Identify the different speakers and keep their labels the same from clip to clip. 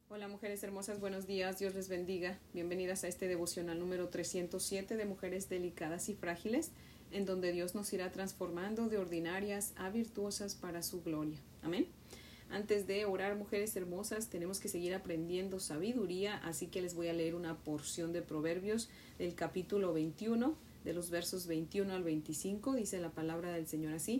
Speaker 1: Hola mujeres hermosas, buenos días, Dios les bendiga. Bienvenidas a este devocional número 307 de mujeres delicadas y frágiles, en donde Dios nos irá transformando de ordinarias a virtuosas para su gloria. Amén. Antes de orar, mujeres hermosas, tenemos que seguir aprendiendo sabiduría, así que les voy a leer una porción de Proverbios del capítulo 21, de los versos 21 al 25, dice la palabra del Señor así.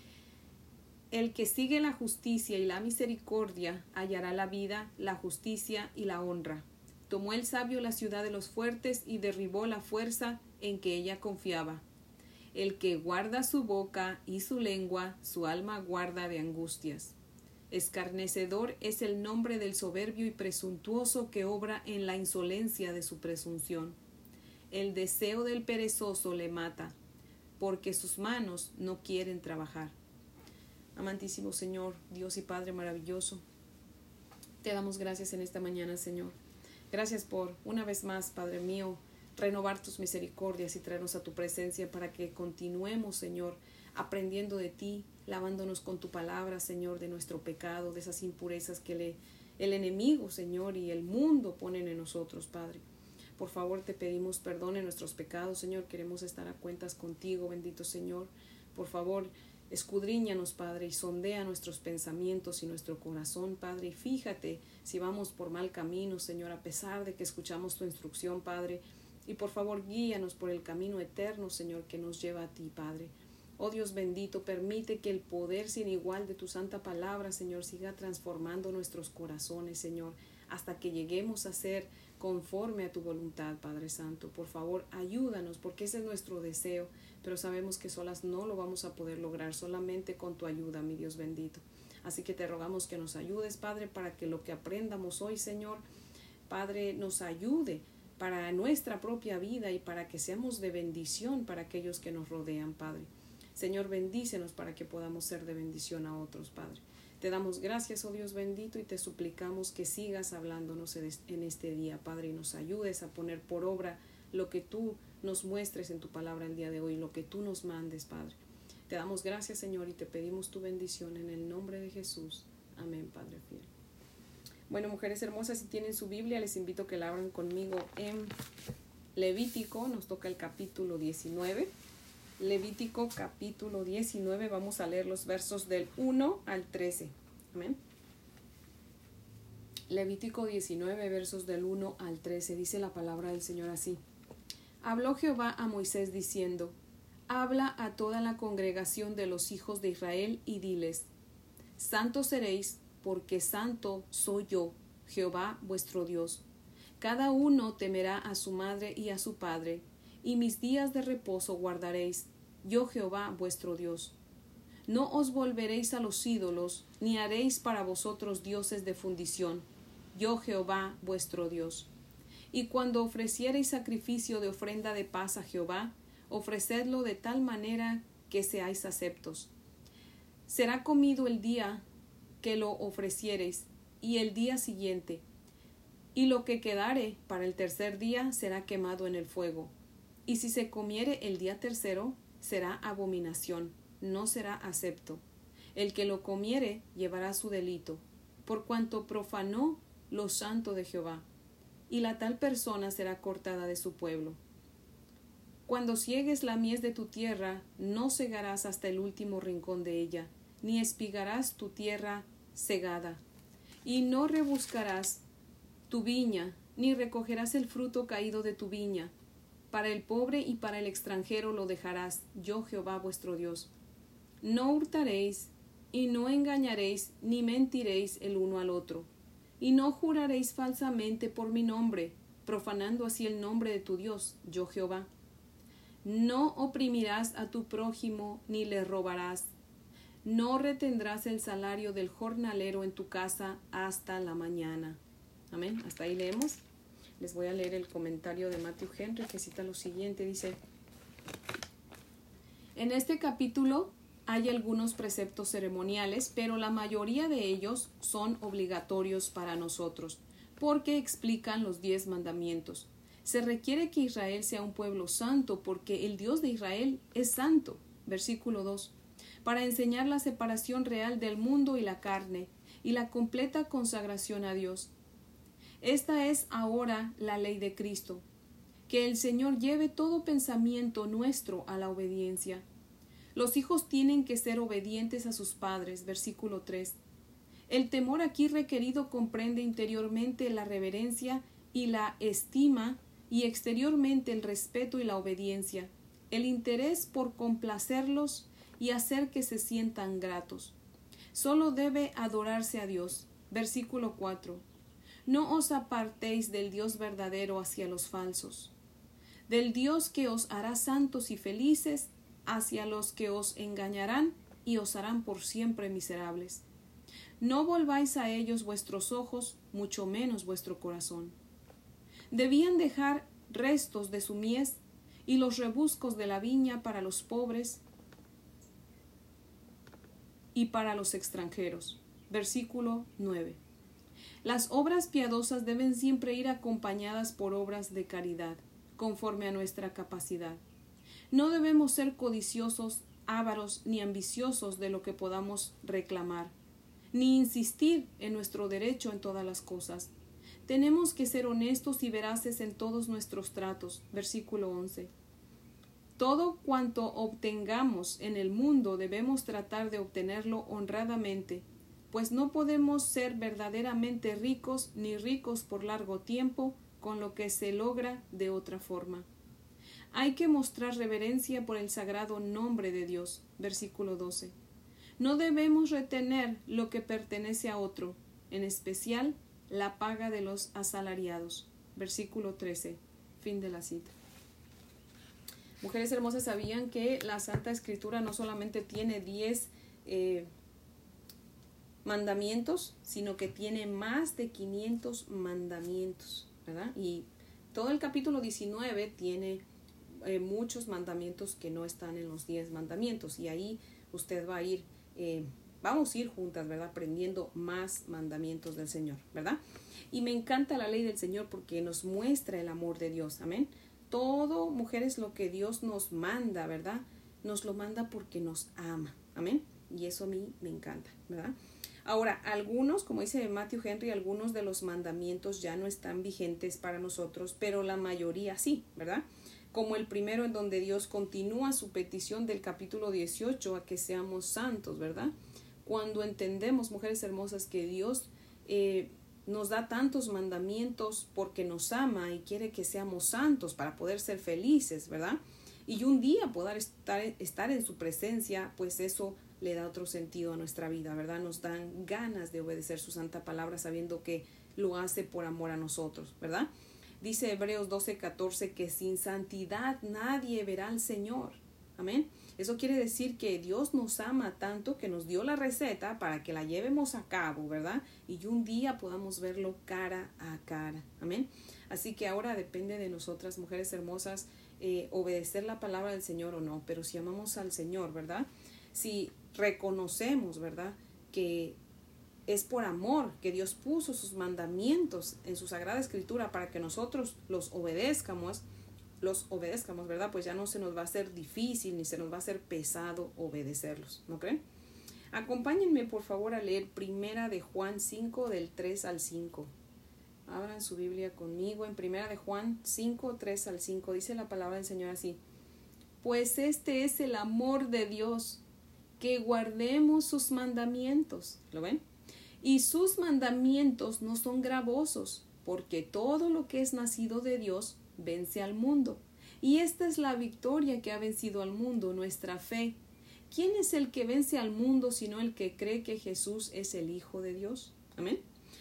Speaker 1: El que sigue la justicia y la misericordia hallará la vida, la justicia y la honra. Tomó el sabio la ciudad de los fuertes y derribó la fuerza en que ella confiaba. El que guarda su boca y su lengua, su alma guarda de angustias. Escarnecedor es el nombre del soberbio y presuntuoso que obra en la insolencia de su presunción. El deseo del perezoso le mata, porque sus manos no quieren trabajar. Amantísimo Señor, Dios y Padre maravilloso, te damos gracias en esta mañana, Señor. Gracias por, una vez más, Padre mío, renovar tus misericordias y traernos a tu presencia para que continuemos, Señor, aprendiendo de ti, lavándonos con tu palabra, Señor, de nuestro pecado, de esas impurezas que el enemigo, Señor, y el mundo ponen en nosotros, Padre. Por favor, te pedimos perdón en nuestros pecados, Señor. Queremos estar a cuentas contigo, bendito Señor. Por favor, escudriñanos, Padre, y sondea nuestros pensamientos y nuestro corazón, Padre, y fíjate si vamos por mal camino, Señor, a pesar de que escuchamos tu instrucción, Padre, y por favor guíanos por el camino eterno, Señor, que nos lleva a ti, Padre. Oh Dios bendito, permite que el poder sin igual de tu santa palabra, Señor, siga transformando nuestros corazones, Señor, hasta que lleguemos a ser conforme a tu voluntad, Padre Santo. Por favor, ayúdanos, porque ese es nuestro deseo, pero sabemos que solas no lo vamos a poder lograr, solamente con tu ayuda, mi Dios bendito. Así que te rogamos que nos ayudes, Padre, para que lo que aprendamos hoy, Señor, Padre, nos ayude para nuestra propia vida y para que seamos de bendición para aquellos que nos rodean, Padre. Señor, bendícenos para que podamos ser de bendición a otros, Padre. Te damos gracias, oh Dios bendito, y te suplicamos que sigas hablándonos en este día, Padre, y nos ayudes a poner por obra lo que tú nos muestres en tu palabra el día de hoy, lo que tú nos mandes, Padre. Te damos gracias, Señor, y te pedimos tu bendición en el nombre de Jesús. Amén, Padre fiel. Bueno, mujeres hermosas, si tienen su Biblia, les invito a que la abran conmigo en Levítico. Nos toca el capítulo 19. Levítico capítulo 19, vamos a leer los versos del 1 al 13. Amén. Levítico 19, versos del 1 al 13, dice la palabra del Señor así. Habló Jehová a Moisés diciendo, habla a toda la congregación de los hijos de Israel y diles, santos seréis, porque santo soy yo, Jehová vuestro Dios. Cada uno temerá a su madre y a su padre, y mis días de reposo guardaréis, yo Jehová vuestro Dios. No os volveréis a los ídolos, ni haréis para vosotros dioses de fundición, yo Jehová vuestro Dios. Y cuando ofreciereis sacrificio de ofrenda de paz a Jehová, ofrecedlo de tal manera que seáis aceptos. Será comido el día que lo ofreciereis, y el día siguiente, y lo que quedare para el tercer día será quemado en el fuego. Y si se comiere el día tercero, será abominación, no será acepto. El que lo comiere llevará su delito, por cuanto profanó lo santo de Jehová, y la tal persona será cortada de su pueblo. Cuando ciegues la mies de tu tierra, no segarás hasta el último rincón de ella, ni espigarás tu tierra segada, y no rebuscarás tu viña, ni recogerás el fruto caído de tu viña. Para el pobre y para el extranjero lo dejarás, yo Jehová vuestro Dios. No hurtaréis, y no engañaréis, ni mentiréis el uno al otro. Y no juraréis falsamente por mi nombre, profanando así el nombre de tu Dios, yo Jehová. No oprimirás a tu prójimo, ni le robarás. No retendrás el salario del jornalero en tu casa hasta la mañana. Amén. Hasta ahí leemos. Les voy a leer el comentario de Matthew Henry que cita lo siguiente, dice: en este capítulo hay algunos preceptos ceremoniales, pero la mayoría de ellos son obligatorios para nosotros, porque explican los 10 mandamientos. Se requiere que Israel sea un pueblo santo, porque el Dios de Israel es santo. Versículo 2. Para enseñar la separación real del mundo y la carne, y la completa consagración a Dios. Esta es ahora la ley de Cristo, que el Señor lleve todo pensamiento nuestro a la obediencia. Los hijos tienen que ser obedientes a sus padres, versículo 3. El temor aquí requerido comprende interiormente la reverencia y la estima y exteriormente el respeto y la obediencia, el interés por complacerlos y hacer que se sientan gratos. Solo debe adorarse a Dios. Versículo 4. No os apartéis del Dios verdadero hacia los falsos, del Dios que os hará santos y felices hacia los que os engañarán y os harán por siempre miserables. No volváis a ellos vuestros ojos, mucho menos vuestro corazón. Debían dejar restos de su mies y los rebuscos de la viña para los pobres y para los extranjeros. Versículo 9. Las obras piadosas deben siempre ir acompañadas por obras de caridad, conforme a nuestra capacidad. No debemos ser codiciosos, ávaros ni ambiciosos de lo que podamos reclamar, ni insistir en nuestro derecho en todas las cosas. Tenemos que ser honestos y veraces en todos nuestros tratos. Versículo 11. Todo cuanto obtengamos en el mundo debemos tratar de obtenerlo honradamente, pues no podemos ser verdaderamente ricos ni ricos por largo tiempo con lo que se logra de otra forma. Hay que mostrar reverencia por el sagrado nombre de Dios. Versículo 12. No debemos retener lo que pertenece a otro, en especial la paga de los asalariados. Versículo 13. Fin de la cita. Mujeres hermosas, ¿sabían que la Santa Escritura no solamente tiene 10 mandamientos, sino que tiene más de 500 mandamientos, ¿verdad? Y todo el capítulo 19 tiene muchos mandamientos que no están en los 10 mandamientos, y ahí usted va a ir, vamos a ir juntas, ¿verdad? Aprendiendo más mandamientos del Señor, ¿verdad? Y me encanta la ley del Señor porque nos muestra el amor de Dios, amén. Todo, mujeres, lo que Dios nos manda, ¿verdad? Nos lo manda porque nos ama, amén. Y eso a mí me encanta, ¿verdad? Ahora, algunos, como dice Matthew Henry, algunos de los mandamientos ya no están vigentes para nosotros, pero la mayoría sí, ¿verdad? Como el primero, en donde Dios continúa su petición del capítulo 18 a que seamos santos, ¿verdad? Cuando entendemos, mujeres hermosas, que Dios nos da tantos mandamientos porque nos ama y quiere que seamos santos para poder ser felices, ¿verdad? Y un día poder estar en su presencia, pues eso le da otro sentido a nuestra vida, ¿verdad? Nos dan ganas de obedecer su santa palabra sabiendo que lo hace por amor a nosotros, ¿verdad? Dice Hebreos 12:14 que sin santidad nadie verá al Señor, amén. Eso quiere decir que Dios nos ama tanto que nos dio la receta para que la llevemos a cabo, ¿verdad? Y un día podamos verlo cara a cara, amén. Así que ahora depende de nosotras, mujeres hermosas, obedecer la palabra del Señor o no, pero si amamos al Señor, ¿verdad? Si reconocemos, ¿verdad?, que es por amor que Dios puso sus mandamientos en su Sagrada Escritura para que nosotros los obedezcamos, ¿verdad? Pues ya no se nos va a hacer difícil ni se nos va a hacer pesado obedecerlos, ¿no creen? Acompáñenme por favor a leer Primera de Juan 5 del 3 al 5. Abran su Biblia conmigo en Primera de Juan 5, 3 al 5. Dice la palabra del Señor así: pues este es el amor de Dios, que guardemos sus mandamientos. ¿Lo ven? Y sus mandamientos no son gravosos, porque todo lo que es nacido de Dios vence al mundo. Y esta es la victoria que ha vencido al mundo, nuestra fe. ¿Quién es el que vence al mundo sino el que cree que Jesús es el Hijo de Dios? Amén.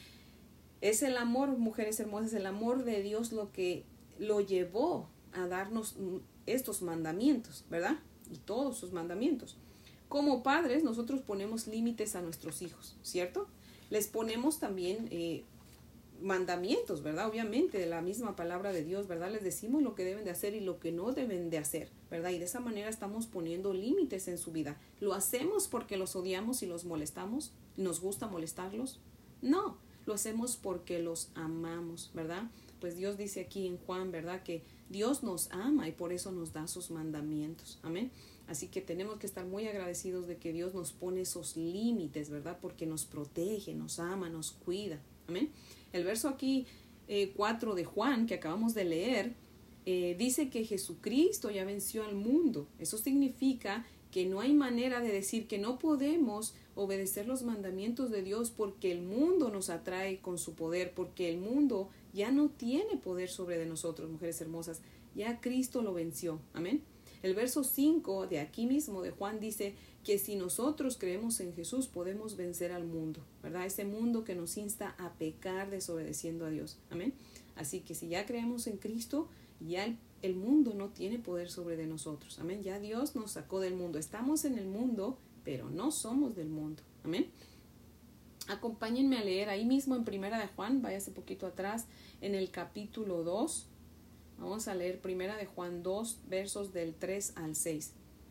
Speaker 1: Es el amor, mujeres hermosas, el amor de Dios lo que lo llevó a darnos estos mandamientos, ¿verdad? Y todos sus mandamientos. Como padres, nosotros ponemos límites a nuestros hijos, ¿cierto? Les ponemos también mandamientos, ¿verdad? Obviamente, de la misma palabra de Dios, ¿verdad? Les decimos lo que deben de hacer y lo que no deben de hacer, ¿verdad? Y de esa manera estamos poniendo límites en su vida. ¿Lo hacemos porque los odiamos y los molestamos? ¿Nos gusta molestarlos? No, lo hacemos porque los amamos, ¿verdad? Pues Dios dice aquí en Juan, ¿verdad?, que Dios nos ama y por eso nos da sus mandamientos. Amén. Así que tenemos que estar muy agradecidos de que Dios nos pone esos límites, ¿verdad? Porque nos protege, nos ama, nos cuida. Amén. El verso aquí 4 de Juan, que acabamos de leer, dice que Jesucristo ya venció al mundo. Eso significa que no hay manera de decir que no podemos obedecer los mandamientos de Dios porque el mundo nos atrae con su poder, porque el mundo ya no tiene poder sobre de nosotros, mujeres hermosas. Ya Cristo lo venció. Amén. El verso 5 de aquí mismo de Juan dice que si nosotros creemos en Jesús podemos vencer al mundo, ¿verdad? Ese mundo que nos insta a pecar desobedeciendo a Dios. Amén. Así que si ya creemos en Cristo, ya el mundo no tiene poder sobre de nosotros. Amén. Ya Dios nos sacó del mundo. Estamos en el mundo, pero no somos del mundo. Amén. Acompáñenme a leer ahí mismo en Primera de Juan, váyase poquito atrás, en el capítulo 2. Vamos a leer Primera de Juan 2, versos del 3 al 6.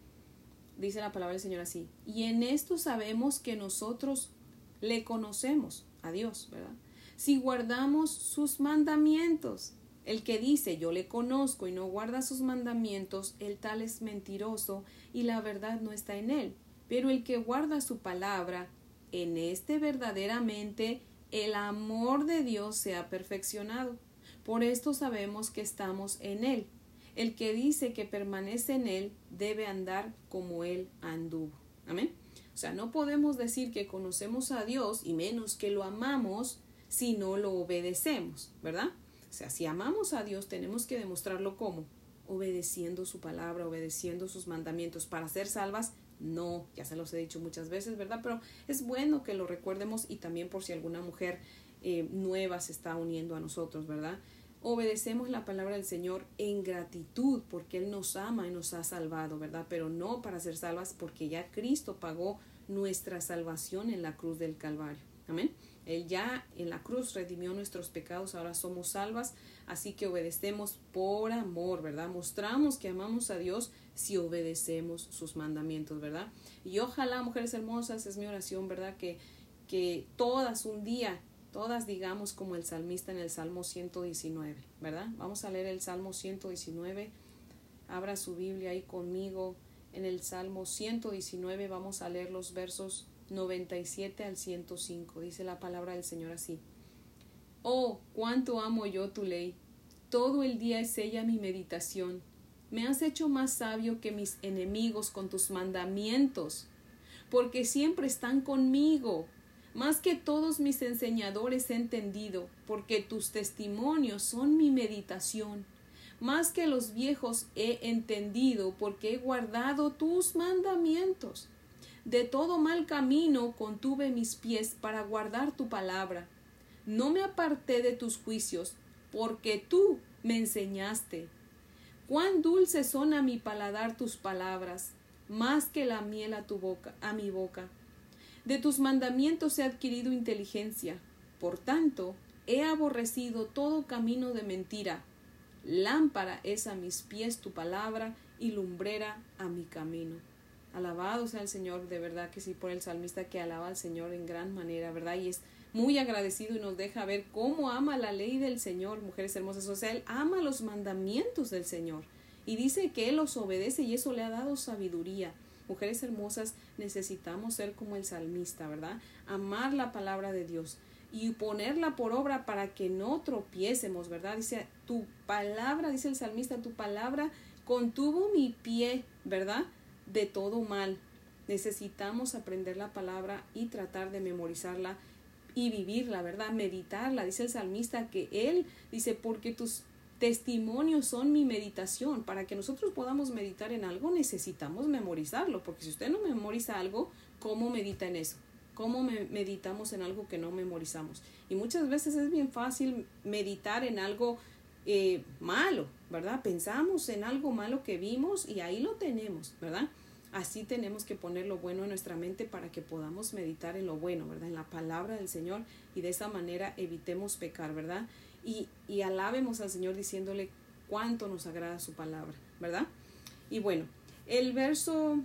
Speaker 1: Dice la palabra del Señor así: y en esto sabemos que nosotros le conocemos a Dios, ¿verdad? Si guardamos sus mandamientos. El que dice yo le conozco y no guarda sus mandamientos, el tal es mentiroso y la verdad no está en él. Pero el que guarda su palabra, en este verdaderamente el amor de Dios se ha perfeccionado. Por esto sabemos que estamos en él. El que dice que permanece en él debe andar como él anduvo. Amén. O sea, no podemos decir que conocemos a Dios y menos que lo amamos si no lo obedecemos, ¿verdad? O sea, si amamos a Dios tenemos que demostrarlo ¿cómo? Obedeciendo su palabra, obedeciendo sus mandamientos. Para ser salvas, no, ya se los he dicho muchas veces, ¿verdad? Pero es bueno que lo recuerdemos y también por si alguna mujer nueva se está uniendo a nosotros, ¿verdad? Obedecemos la palabra del Señor en gratitud porque Él nos ama y nos ha salvado, ¿verdad? Pero no para ser salvas porque ya Cristo pagó nuestra salvación en la cruz del Calvario. Amén. Él ya en la cruz redimió nuestros pecados, ahora somos salvas, así que obedecemos por amor, ¿verdad? Mostramos que amamos a Dios si obedecemos sus mandamientos, ¿verdad? Y ojalá, mujeres hermosas, es mi oración, ¿verdad? Que todas un día, todas digamos como el salmista en el Salmo 119, ¿verdad? Vamos a leer el Salmo 119, abra su Biblia ahí conmigo, en el Salmo 119 vamos a leer los versos 97 al 105. Dice la palabra del Señor así: oh, cuánto amo yo tu ley, todo el día es ella mi meditación. Me has hecho más sabio que mis enemigos con tus mandamientos, porque siempre están conmigo. Más que todos mis enseñadores he entendido, porque tus testimonios son mi meditación. Más que los viejos he entendido, porque he guardado tus mandamientos. De todo mal camino contuve mis pies para guardar tu palabra. No me aparté de tus juicios, porque tú me enseñaste. Cuán dulces son a mi paladar tus palabras, más que la miel a mi boca. De tus mandamientos he adquirido inteligencia. Por tanto, he aborrecido todo camino de mentira. Lámpara es a mis pies tu palabra y lumbrera a mi camino. Alabado sea el Señor, de verdad que sí, por el salmista que alaba al Señor en gran manera, ¿verdad? Y es muy agradecido y nos deja ver cómo ama la ley del Señor, mujeres hermosas. O sea, Él ama los mandamientos del Señor y dice que Él los obedece y eso le ha dado sabiduría. Mujeres hermosas, necesitamos ser como el salmista, ¿verdad? Amar la palabra de Dios y ponerla por obra para que no tropiecemos, ¿verdad? Dice, tu palabra, dice el salmista, tu palabra contuvo mi pie, ¿verdad? De todo mal. Necesitamos aprender la palabra y tratar de memorizarla y vivirla, ¿verdad? Meditarla. Dice el salmista que él dice, porque tus testimonios son mi meditación. Para que nosotros podamos meditar en algo necesitamos memorizarlo, porque si usted no memoriza algo, ¿cómo medita en eso? ¿Cómo meditamos en algo que no memorizamos? Y muchas veces es bien fácil meditar en algo malo, ¿verdad? Pensamos en algo malo que vimos y ahí lo tenemos, ¿verdad? Así tenemos que poner lo bueno en nuestra mente para que podamos meditar en lo bueno, ¿verdad? En la palabra del Señor y de esa manera evitemos pecar, ¿verdad? Y alabemos al Señor diciéndole cuánto nos agrada su palabra, ¿verdad? Y bueno, el verso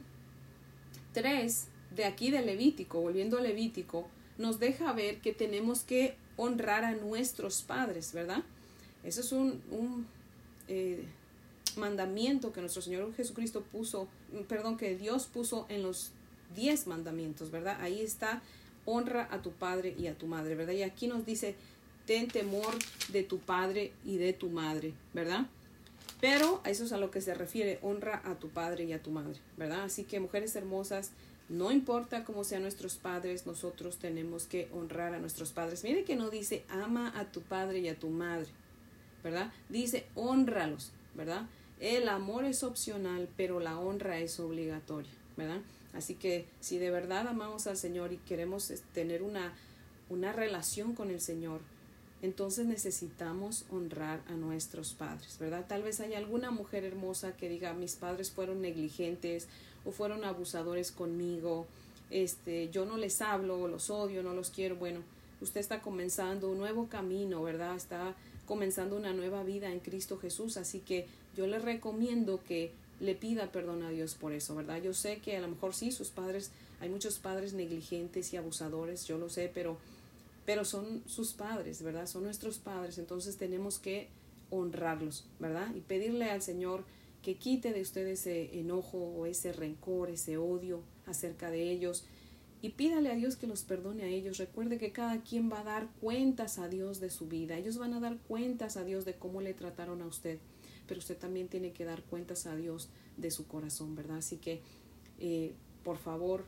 Speaker 1: 3 de aquí de Levítico, volviendo a Levítico, nos deja ver que tenemos que honrar a nuestros padres, ¿verdad? Eso es un mandamiento que nuestro Señor Jesucristo que Dios puso en los 10 mandamientos, ¿verdad? Ahí está, honra a tu padre y a tu madre, ¿verdad? Y aquí nos dice, ten temor de tu padre y de tu madre, ¿verdad? Pero a eso es a lo que se refiere, honra a tu padre y a tu madre, ¿verdad? Así que mujeres hermosas, no importa cómo sean nuestros padres, nosotros tenemos que honrar a nuestros padres. Mire que no dice ama a tu padre y a tu madre, ¿verdad? Dice hónralos, ¿verdad? El amor es opcional, pero la honra es obligatoria, ¿verdad? Así que si de verdad amamos al Señor y queremos tener una relación con el Señor, entonces necesitamos honrar a nuestros padres, ¿verdad? Tal vez haya alguna mujer hermosa que diga, mis padres fueron negligentes o fueron abusadores conmigo, yo no les hablo, los odio, no los quiero. Bueno, usted está comenzando un nuevo camino, ¿verdad? Está comenzando una nueva vida en Cristo Jesús, así que yo le recomiendo que le pida perdón a Dios por eso, ¿verdad? Yo sé que a lo mejor sí, sus padres, hay muchos padres negligentes y abusadores, yo lo sé, pero son sus padres, ¿verdad? Son nuestros padres, entonces tenemos que honrarlos, ¿verdad? Y pedirle al Señor que quite de usted ese enojo o ese rencor, ese odio acerca de ellos, y pídale a Dios que los perdone a ellos. Recuerde que cada quien va a dar cuentas a Dios de su vida, ellos van a dar cuentas a Dios de cómo le trataron a usted, pero usted también tiene que dar cuentas a Dios de su corazón, ¿verdad? Así que, por favor,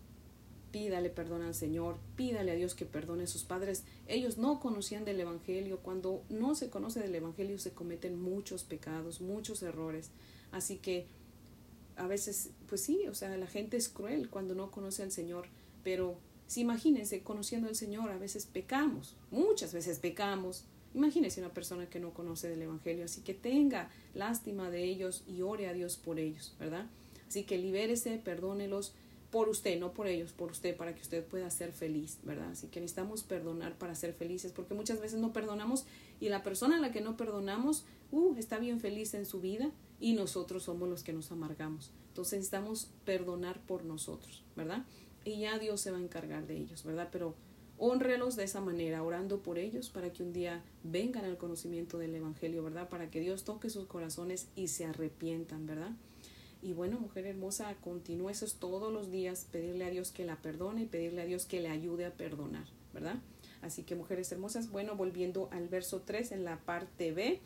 Speaker 1: pídale perdón al Señor, pídale a Dios que perdone a sus padres. Ellos no conocían del Evangelio. Cuando no se conoce del Evangelio se cometen muchos pecados, muchos errores. Así que a veces, pues sí, o sea, la gente es cruel cuando no conoce al Señor, pero si imagínense, conociendo al Señor, a veces pecamos, muchas veces pecamos. Imagínense una persona que no conoce del Evangelio, así que tenga lástima de ellos y ore a Dios por ellos, ¿verdad? Así que libérese, perdónelos, por usted, no por ellos, por usted, para que usted pueda ser feliz, ¿verdad? Así que necesitamos perdonar para ser felices, porque muchas veces no perdonamos y la persona a la que no perdonamos está bien feliz en su vida y nosotros somos los que nos amargamos. Entonces necesitamos perdonar por nosotros, ¿verdad? Y ya Dios se va a encargar de ellos, ¿verdad? Pero hónrelos de esa manera, orando por ellos para que un día vengan al conocimiento del Evangelio, ¿verdad? Para que Dios toque sus corazones y se arrepientan, ¿verdad? Y bueno, mujer hermosa, continúe eso todos los días, pedirle a Dios que la perdone y pedirle a Dios que le ayude a perdonar, ¿verdad? Así que mujeres hermosas, bueno, volviendo al verso 3 en la parte B,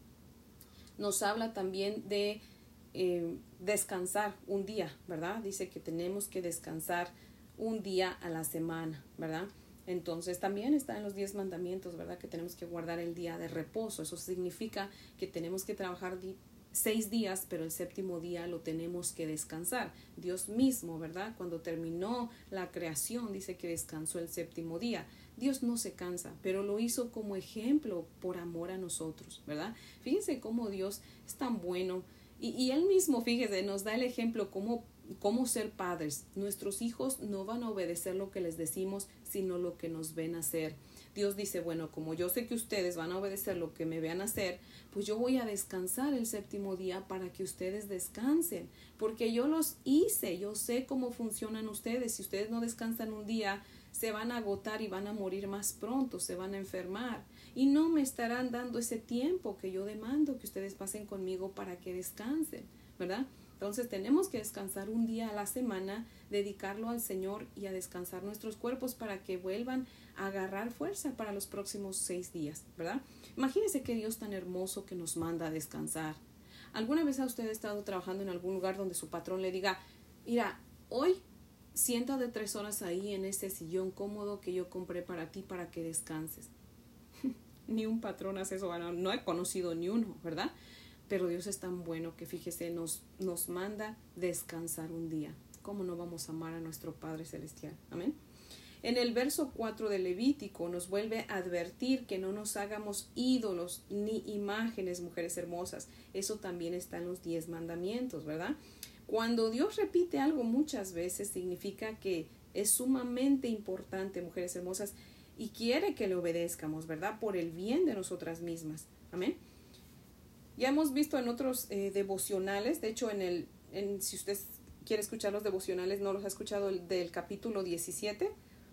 Speaker 1: nos habla también de descansar un día, ¿verdad? Dice que tenemos que descansar un día a la semana, ¿verdad? Entonces también está en los 10 mandamientos, ¿verdad? Que tenemos que guardar el día de reposo. Eso significa que tenemos que trabajar 6 días, pero el séptimo día lo tenemos que descansar. Dios mismo, ¿verdad? Cuando terminó la creación, dice que descansó el séptimo día. Dios no se cansa, pero lo hizo como ejemplo por amor a nosotros, ¿verdad? Fíjense cómo Dios es tan bueno y Él mismo, fíjense, nos da el ejemplo cómo ser padres. Nuestros hijos no van a obedecer lo que les decimos, sino lo que nos ven hacer. Dios dice, bueno, como yo sé que ustedes van a obedecer lo que me vean hacer, pues yo voy a descansar el séptimo día para que ustedes descansen, porque yo los hice, yo sé cómo funcionan ustedes. Si ustedes no descansan un día, se van a agotar y van a morir más pronto, se van a enfermar y no me estarán dando ese tiempo que yo demando que ustedes pasen conmigo para que descansen, ¿verdad? Entonces tenemos que descansar un día a la semana, dedicarlo al Señor y a descansar nuestros cuerpos para que vuelvan a agarrar fuerza para los próximos 6 días, ¿verdad? Imagínense qué Dios tan hermoso que nos manda a descansar. ¿Alguna vez ha usted estado trabajando en algún lugar donde su patrón le diga, mira, hoy siéntate 3 horas ahí en este sillón cómodo que yo compré para ti para que descanses? Ni un patrón hace eso, bueno, no he conocido ni uno, ¿verdad? Pero Dios es tan bueno que fíjese, nos manda descansar un día. ¿Cómo no vamos a amar a nuestro Padre Celestial? Amén. En el verso 4 de Levítico nos vuelve a advertir que no nos hagamos ídolos ni imágenes, mujeres hermosas. Eso también está en los 10 mandamientos, ¿verdad? Cuando Dios repite algo muchas veces significa que es sumamente importante, mujeres hermosas, y quiere que le obedezcamos, ¿verdad? Por el bien de nosotras mismas. Amén. Ya hemos visto en otros devocionales, de hecho si usted quiere escuchar los devocionales, no los ha escuchado del capítulo 17,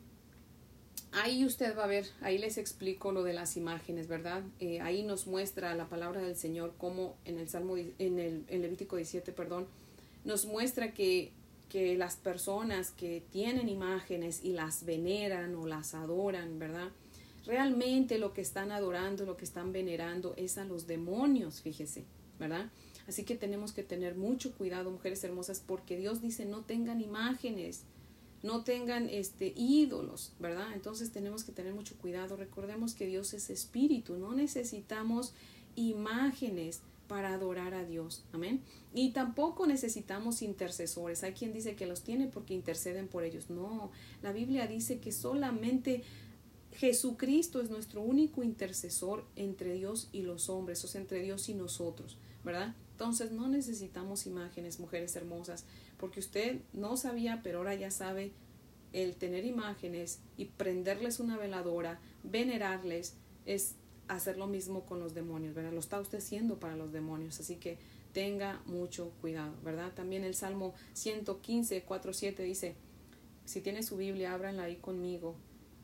Speaker 1: ahí usted va a ver, ahí les explico lo de las imágenes, ¿verdad? Ahí nos muestra la palabra del Señor como en Levítico 17, nos muestra que las personas que tienen imágenes y las veneran o las adoran, ¿verdad? realmente lo que están adorando, lo que están venerando es a los demonios, fíjese, ¿verdad? Así que tenemos que tener mucho cuidado, mujeres hermosas, porque Dios dice no tengan imágenes, no tengan ídolos, ¿verdad? Entonces tenemos que tener mucho cuidado. Recordemos que Dios es espíritu, no necesitamos imágenes para adorar a Dios, amén. Y tampoco necesitamos intercesores. Hay quien dice que los tiene porque interceden por ellos. No, la Biblia dice que solamente Jesucristo es nuestro único intercesor entre Dios y los hombres, o sea, entre Dios y nosotros, ¿verdad? Entonces no necesitamos imágenes, mujeres hermosas, porque usted no sabía, pero ahora ya sabe. El tener imágenes y prenderles una veladora, venerarles, es hacer lo mismo con los demonios, ¿verdad? Lo está usted haciendo para los demonios, así que tenga mucho cuidado, ¿verdad? También el Salmo 115, 4-7 dice, si tiene su Biblia, ábranla ahí conmigo.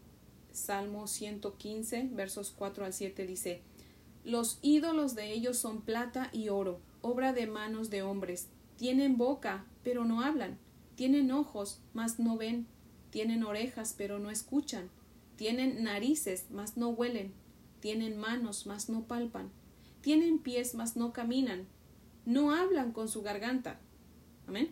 Speaker 1: Salmo 115, versos 4-7 dice, los ídolos de ellos son plata y oro, obra de manos de hombres. Tienen boca, pero no hablan. Tienen ojos, mas no ven. Tienen orejas, pero no escuchan. Tienen narices, mas no huelen. Tienen manos, mas no palpan. Tienen pies, mas no caminan. No hablan con su garganta. Amén.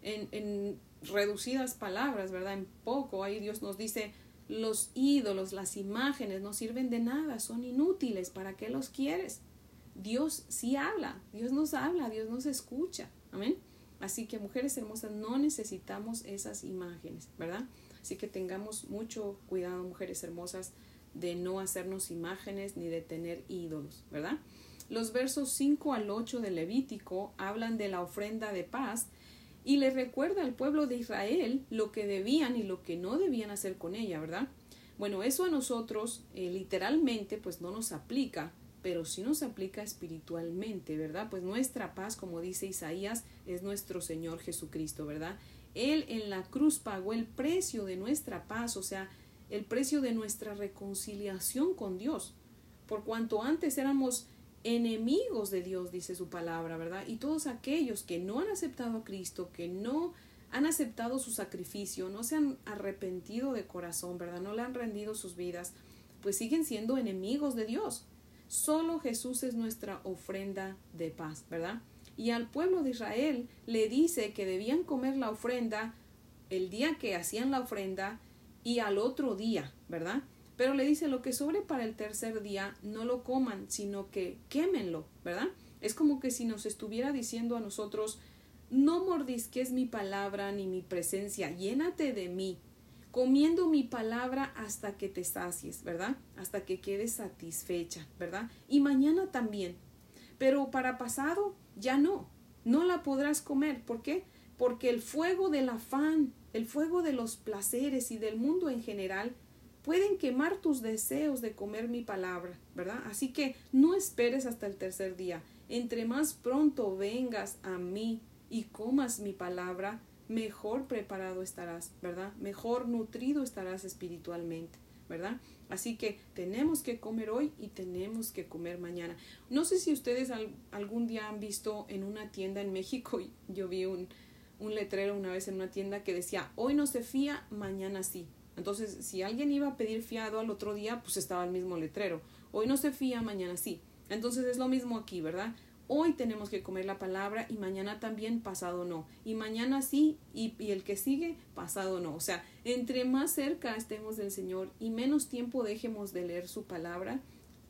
Speaker 1: En reducidas palabras, ¿verdad? En poco, ahí Dios nos dice, los ídolos, las imágenes no sirven de nada, son inútiles. ¿Para qué los quieres? Dios sí habla, Dios nos escucha. Amén. Así que, mujeres hermosas, no necesitamos esas imágenes, ¿verdad? Así que tengamos mucho cuidado, mujeres hermosas, de no hacernos imágenes ni de tener ídolos, ¿verdad? Los versos 5-8 de Levítico hablan de la ofrenda de paz y le recuerda al pueblo de Israel lo que debían y lo que no debían hacer con ella, ¿verdad? Bueno, eso a nosotros literalmente pues no nos aplica, pero sí nos aplica espiritualmente, ¿verdad? Pues nuestra paz, como dice Isaías, es nuestro Señor Jesucristo, ¿verdad? Él en la cruz pagó el precio de nuestra paz, o sea, el precio de nuestra reconciliación con Dios, por cuanto antes éramos enemigos de Dios, dice su palabra, ¿verdad? Y todos aquellos que no han aceptado a Cristo, que no han aceptado su sacrificio, no se han arrepentido de corazón, ¿verdad? No le han rendido sus vidas, pues siguen siendo enemigos de Dios. Solo Jesús es nuestra ofrenda de paz, ¿verdad? Y al pueblo de Israel le dice que debían comer la ofrenda el día que hacían la ofrenda y al otro día, ¿verdad? Pero le dice lo que sobre para el tercer día no lo coman, sino que quémenlo, ¿verdad? Es como que si nos estuviera diciendo a nosotros, no mordisques mi palabra ni mi presencia, llénate de mí, comiendo mi palabra hasta que te sacies, ¿verdad? Hasta que quedes satisfecha, ¿verdad? Y mañana también. Pero para pasado ya no la podrás comer. ¿Por qué? Porque el fuego del afán, el fuego de los placeres y del mundo en general pueden quemar tus deseos de comer mi palabra, ¿verdad? Así que no esperes hasta el tercer día. Entre más pronto vengas a mí y comas mi palabra, mejor preparado estarás, ¿verdad? Mejor nutrido estarás espiritualmente, ¿verdad? Así que tenemos que comer hoy y tenemos que comer mañana. No sé si ustedes algún día han visto en una tienda en México, yo vi un letrero una vez en una tienda que decía, hoy no se fía, mañana sí. Entonces, si alguien iba a pedir fiado al otro día, pues estaba el mismo letrero. Hoy no se fía, mañana sí. Entonces es lo mismo aquí, ¿verdad? Hoy tenemos que comer la palabra y mañana también, pasado no. Y mañana sí y el que sigue, pasado no. O sea, entre más cerca estemos del Señor y menos tiempo dejemos de leer su palabra,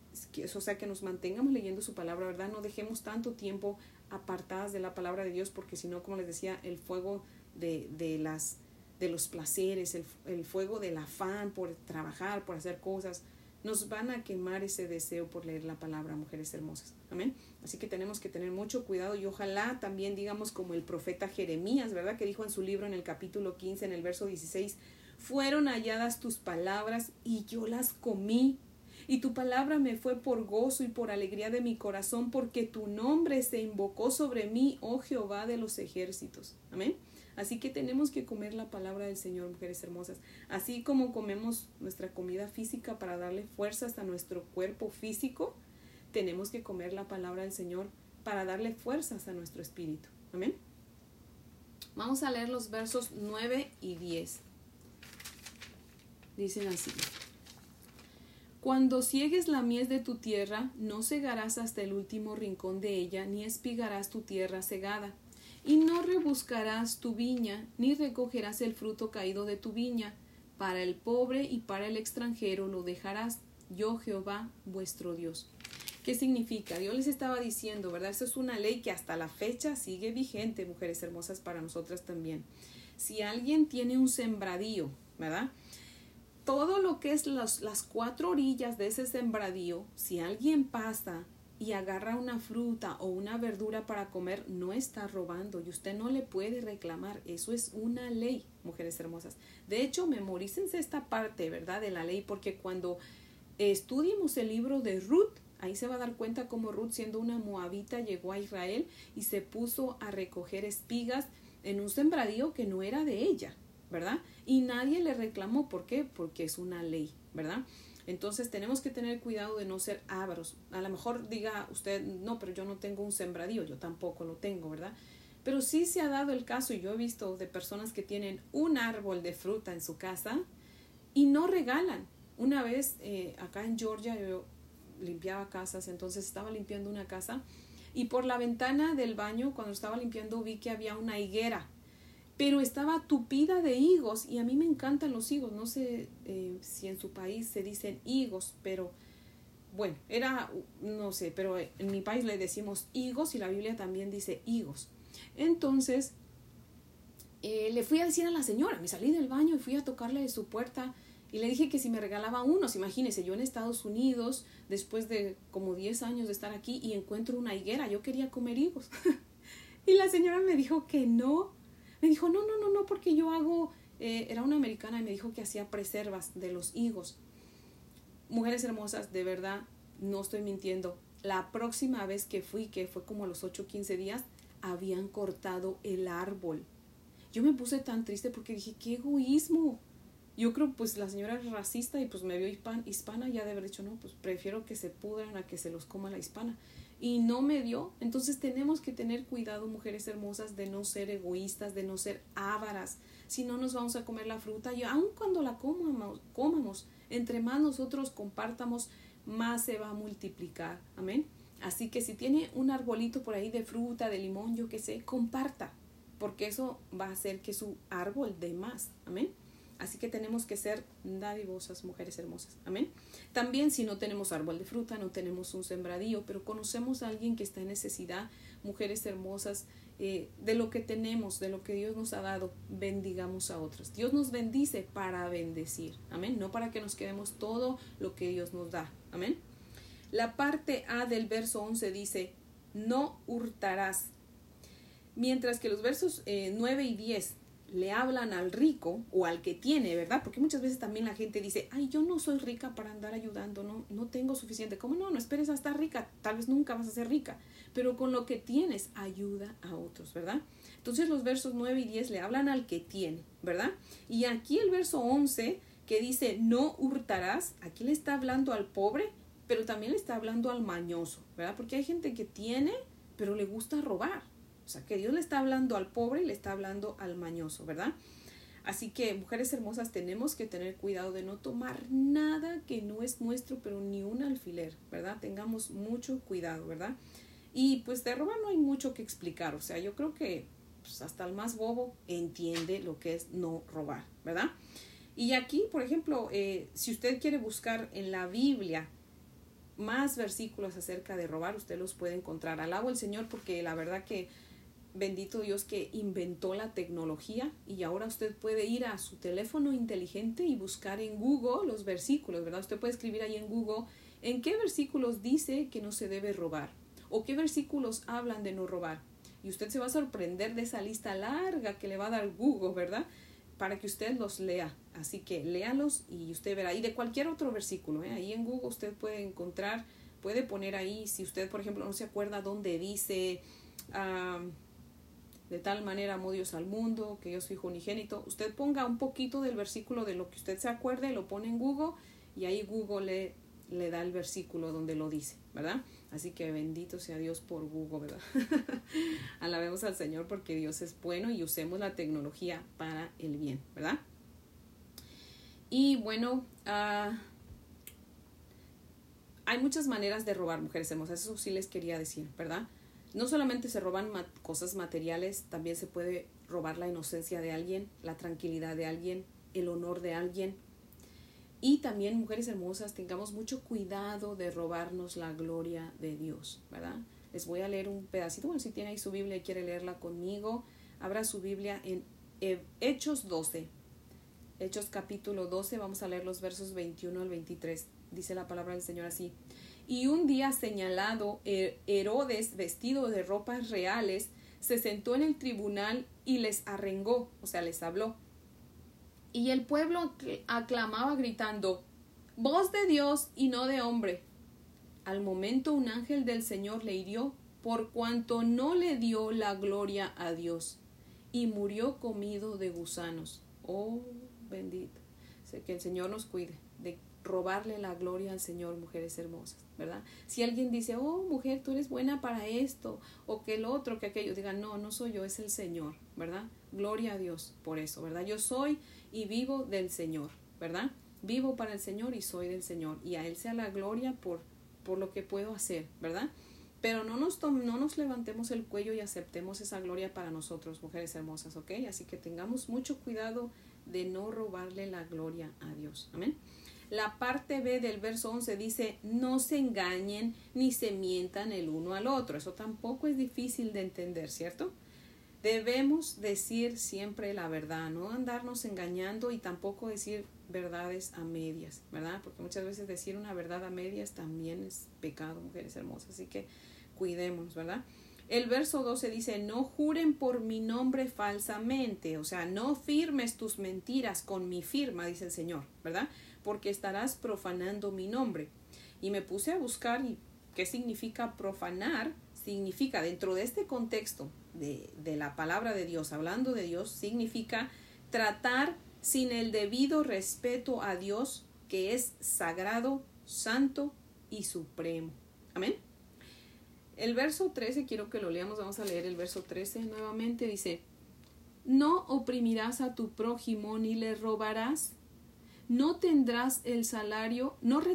Speaker 1: o sea, que nos mantengamos leyendo su palabra, ¿verdad? No dejemos tanto tiempo apartadas de la palabra de Dios, porque si no, como les decía, el fuego de los placeres, el fuego del afán por trabajar, por hacer cosas, nos van a quemar ese deseo por leer la palabra, mujeres hermosas. Amén. Así que tenemos que tener mucho cuidado y ojalá también digamos como el profeta Jeremías, ¿verdad? Que dijo en su libro en el capítulo 15, en el verso 16, fueron halladas tus palabras y yo las comí. Y tu palabra me fue por gozo y por alegría de mi corazón, porque tu nombre se invocó sobre mí, oh Jehová de los ejércitos. Amén. Así que tenemos que comer la palabra del Señor, mujeres hermosas. Así como comemos nuestra comida física para darle fuerzas a nuestro cuerpo físico, tenemos que comer la palabra del Señor para darle fuerzas a nuestro espíritu. Amén. Vamos a leer los versos 9 y 10. Dicen así. Cuando ciegues la mies de tu tierra, no segarás hasta el último rincón de ella, ni espigarás tu tierra segada. Y no rebuscarás tu viña, ni recogerás el fruto caído de tu viña. Para el pobre y para el extranjero lo dejarás, yo Jehová vuestro Dios. ¿Qué significa? Dios les estaba diciendo, ¿verdad? Esto es una ley que hasta la fecha sigue vigente, mujeres hermosas, para nosotras también. Si alguien tiene un sembradío, ¿verdad? Todo lo que es las 4 orillas de ese sembradío, si alguien pasa y agarra una fruta o una verdura para comer, no está robando y usted no le puede reclamar. Eso es una ley, mujeres hermosas. De hecho, memorícense esta parte, ¿verdad? De la ley, porque cuando estudiemos el libro de Ruth, ahí se va a dar cuenta cómo Ruth, siendo una moabita, llegó a Israel y se puso a recoger espigas en un sembradío que no era de ella, ¿verdad? Y nadie le reclamó. ¿Por qué? Porque es una ley, ¿verdad? Entonces tenemos que tener cuidado de no ser ávaros. A lo mejor diga usted, no, pero yo no tengo un sembradío, yo tampoco lo tengo, ¿verdad? Pero sí se ha dado el caso, y yo he visto de personas que tienen un árbol de fruta en su casa y no regalan. Una vez acá en Georgia yo limpiaba casas, entonces estaba limpiando una casa y por la ventana del baño, cuando estaba limpiando, vi que había una higuera, pero estaba tupida de higos y a mí me encantan los higos. No sé si en su país se dicen higos, pero bueno, no sé, pero en mi país le decimos higos y la Biblia también dice higos. Entonces le fui a decir a la señora, me salí del baño y fui a tocarle de su puerta y le dije que si me regalaba unos. Imagínense, yo en Estados Unidos, después de como 10 años de estar aquí, y encuentro una higuera, yo quería comer higos. Y la señora me dijo que no. Me dijo, no, porque yo hago, era una americana y me dijo que hacía preservas de los higos. Mujeres hermosas, de verdad, no estoy mintiendo. La próxima vez que fui, que fue como a los 8 o 15 días, habían cortado el árbol. Yo me puse tan triste porque dije, qué egoísmo. Yo creo, pues la señora es racista y pues me vio hispana, ya de haber dicho, no, pues prefiero que se pudran a que se los coma la hispana. Y no me dio. Entonces tenemos que tener cuidado, mujeres hermosas, de no ser egoístas, de no ser ávaras. Si no, nos vamos a comer la fruta y aun cuando la comamos, entre más nosotros compartamos, más se va a multiplicar. Amén. Así que si tiene un arbolito por ahí de fruta, de limón, yo qué sé, comparta, porque eso va a hacer que su árbol dé más. Amén. Así que tenemos que ser dadivosas, mujeres hermosas. Amén. También si no tenemos árbol de fruta, no tenemos un sembradío, pero conocemos a alguien que está en necesidad, mujeres hermosas, de lo que tenemos, de lo que Dios nos ha dado, bendigamos a otras. Dios nos bendice para bendecir. Amén. No para que nos quedemos todo lo que Dios nos da. Amén. La parte A del verso 11 dice, no hurtarás. Mientras que los versos 9 y 10 le hablan al rico o al que tiene, ¿verdad? Porque muchas veces también la gente dice, ay, yo no soy rica para andar ayudando, no tengo suficiente. ¿Cómo no? No esperes a estar rica, tal vez nunca vas a ser rica, pero con lo que tienes, ayuda a otros, ¿verdad? Entonces los versos 9 y 10 le hablan al que tiene, ¿verdad? Y aquí el verso 11 que dice, no hurtarás, aquí le está hablando al pobre, pero también le está hablando al mañoso, ¿verdad? Porque hay gente que tiene, pero le gusta robar. O sea, que Dios le está hablando al pobre y le está hablando al mañoso, ¿verdad? Así que, mujeres hermosas, tenemos que tener cuidado de no tomar nada que no es nuestro, pero ni un alfiler, ¿verdad? Tengamos mucho cuidado, ¿verdad? Y pues de robar no hay mucho que explicar. O sea, yo creo que pues, hasta el más bobo entiende lo que es no robar, ¿verdad? Y aquí, por ejemplo, si usted quiere buscar en la Biblia más versículos acerca de robar, usted los puede encontrar. Alabo al Señor porque la verdad que bendito Dios que inventó la tecnología y ahora usted puede ir a su teléfono inteligente y buscar en Google los versículos, ¿verdad? Usted puede escribir ahí en Google en qué versículos dice que no se debe robar o qué versículos hablan de no robar. Y usted se va a sorprender de esa lista larga que le va a dar Google, ¿verdad? Para que usted los lea. Así que léalos y usted verá. Y de cualquier otro versículo, ahí en Google usted puede encontrar, puede poner ahí, si usted, por ejemplo, no se acuerda dónde dice... de tal manera amó Dios al mundo, que yo soy hijo unigénito. Usted ponga un poquito del versículo de lo que usted se acuerde, lo pone en Google y ahí Google le da el versículo donde lo dice, ¿verdad? Así que bendito sea Dios por Google, ¿verdad? Alabemos al Señor porque Dios es bueno y usemos la tecnología para el bien, ¿verdad? Y bueno, hay muchas maneras de robar, mujeres hermosas, eso sí les quería decir, ¿verdad? No solamente se roban cosas materiales, también se puede robar la inocencia de alguien, la tranquilidad de alguien, el honor de alguien. Y también, mujeres hermosas, tengamos mucho cuidado de robarnos la gloria de Dios, ¿verdad? Les voy a leer un pedacito, bueno, si tiene ahí su Biblia y quiere leerla conmigo, abra su Biblia en Hechos 12. Hechos capítulo 12, vamos a leer los versos 21 al 23. Dice la palabra del Señor así. Y un día señalado, Herodes, vestido de ropas reales, se sentó en el tribunal y les arrengó, o sea, les habló. Y el pueblo aclamaba gritando, voz de Dios y no de hombre. Al momento un ángel del Señor le hirió, por cuanto no le dio la gloria a Dios, y murió comido de gusanos. Oh, bendito. Sé que el Señor nos cuide de robarle la gloria al Señor, mujeres hermosas, ¿verdad? Si alguien dice, oh, mujer, tú eres buena para esto, o que el otro, que aquello, digan, no, no soy yo, es el Señor, ¿verdad? Gloria a Dios por eso, ¿verdad? Yo soy y vivo del Señor, ¿verdad? Vivo para el Señor y soy del Señor, y a Él sea la gloria por lo que puedo hacer, ¿verdad? Pero no nos levantemos el cuello y aceptemos esa gloria para nosotros, mujeres hermosas, ¿ok? Así que tengamos mucho cuidado de no robarle la gloria a Dios, amén. La parte B del verso 11 dice, no se engañen ni se mientan el uno al otro. Eso tampoco es difícil de entender, ¿cierto? Debemos decir siempre la verdad, no andarnos engañando y tampoco decir verdades a medias, ¿verdad? Porque muchas veces decir una verdad a medias también es pecado, mujeres hermosas, así que cuidemos, ¿verdad? El verso 12 dice, no juren por mi nombre falsamente, o sea, no firmes tus mentiras con mi firma, dice el Señor, ¿verdad? Porque estarás profanando mi nombre. Y me puse a buscar qué significa profanar. Significa, dentro de este contexto de la palabra de Dios, hablando de Dios, significa tratar sin el debido respeto a Dios, que es sagrado, santo y supremo. Amén. El verso 13, quiero que lo leamos, vamos a leer el verso 13 nuevamente, dice, no oprimirás a tu prójimo ni le robarás, no retendrás el salario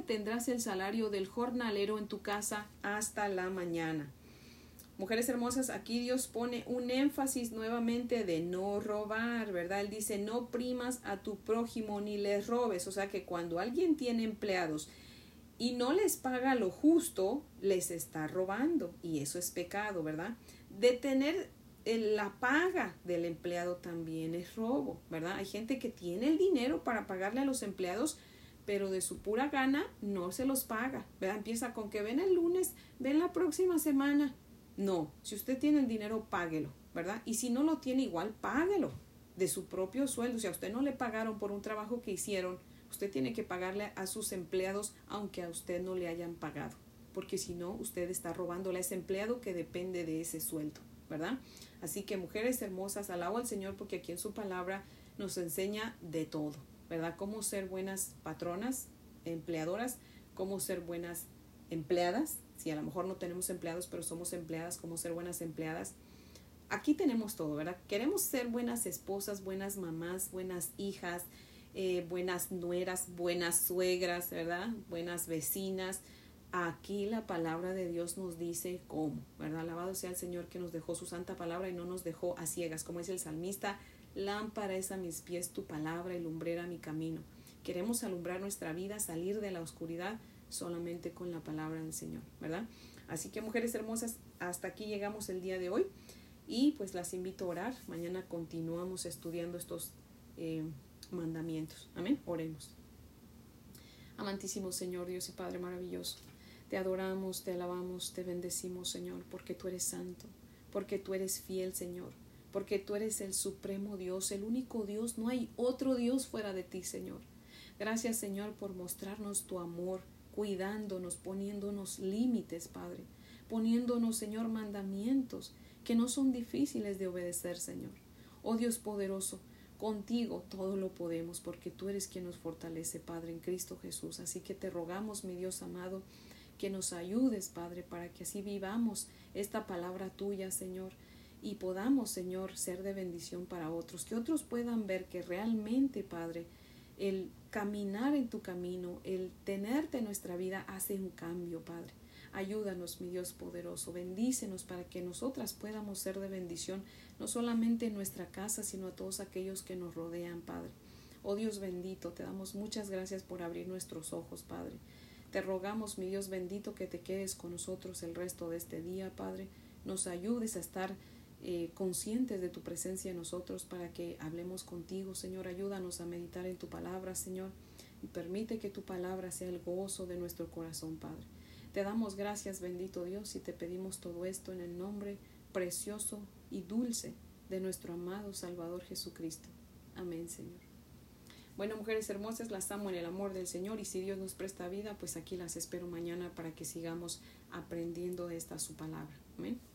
Speaker 1: del jornalero en tu casa hasta la mañana. Mujeres hermosas, aquí Dios pone un énfasis nuevamente de no robar, ¿verdad? Él dice, no oprimas a tu prójimo ni les robes. O sea que cuando alguien tiene empleados y no les paga lo justo, les está robando. Y eso es pecado, ¿verdad? Detener la paga del empleado también es robo, ¿verdad? Hay gente que tiene el dinero para pagarle a los empleados, pero de su pura gana no se los paga, ¿verdad? Empieza con que ven el lunes, ven la próxima semana. No, si usted tiene el dinero, páguelo, ¿verdad? Y si no lo tiene, igual páguelo de su propio sueldo. Si a usted no le pagaron por un trabajo que hicieron, usted tiene que pagarle a sus empleados aunque a usted no le hayan pagado, porque si no, usted está robándole a ese empleado que depende de ese sueldo, ¿verdad? Así que, mujeres hermosas, alabo al Señor porque aquí en su palabra nos enseña de todo, ¿verdad? Cómo ser buenas patronas, empleadoras, cómo ser buenas empleadas. Si a lo mejor no tenemos empleados, pero somos empleadas, cómo ser buenas empleadas. Aquí tenemos todo, ¿verdad? Queremos ser buenas esposas, buenas mamás, buenas hijas, buenas nueras, buenas suegras, ¿verdad? Buenas vecinas. Aquí la palabra de Dios nos dice cómo, ¿verdad? Alabado sea el Señor que nos dejó su santa palabra y no nos dejó a ciegas. Como dice el salmista, lámpara es a mis pies tu palabra y lumbrera mi camino. Queremos alumbrar nuestra vida, salir de la oscuridad solamente con la palabra del Señor, ¿verdad? Así que, mujeres hermosas, hasta aquí llegamos el día de hoy y pues las invito a orar. Mañana continuamos estudiando estos mandamientos. Amén. Oremos. Amantísimo Señor, Dios y Padre maravilloso, te adoramos, te alabamos, te bendecimos, Señor, porque tú eres santo, porque tú eres fiel, Señor, porque tú eres el supremo Dios, el único Dios. No hay otro Dios fuera de ti, Señor. Gracias, Señor, por mostrarnos tu amor, cuidándonos, poniéndonos límites, Padre, poniéndonos, Señor, mandamientos que no son difíciles de obedecer, Señor. Oh Dios poderoso, contigo todo lo podemos, porque tú eres quien nos fortalece, Padre, en Cristo Jesús. Así que te rogamos, mi Dios amado, que nos ayudes, Padre, para que así vivamos esta palabra tuya, Señor, y podamos, Señor, ser de bendición para otros, que otros puedan ver que realmente, Padre, el caminar en tu camino, el tenerte en nuestra vida hace un cambio, Padre. Ayúdanos, mi Dios poderoso, bendícenos para que nosotras podamos ser de bendición, no solamente en nuestra casa, sino a todos aquellos que nos rodean, Padre. Oh Dios bendito, te damos muchas gracias por abrir nuestros ojos, Padre. Te rogamos, mi Dios bendito, que te quedes con nosotros el resto de este día, Padre. Nos ayudes a estar conscientes de tu presencia en nosotros para que hablemos contigo, Señor. Ayúdanos a meditar en tu palabra, Señor, y permite que tu palabra sea el gozo de nuestro corazón, Padre. Te damos gracias, bendito Dios, y te pedimos todo esto en el nombre precioso y dulce de nuestro amado Salvador Jesucristo. Amén, Señor. Bueno, mujeres hermosas, las amo en el amor del Señor, y si Dios nos presta vida, pues aquí las espero mañana para que sigamos aprendiendo de esta su palabra. Amén.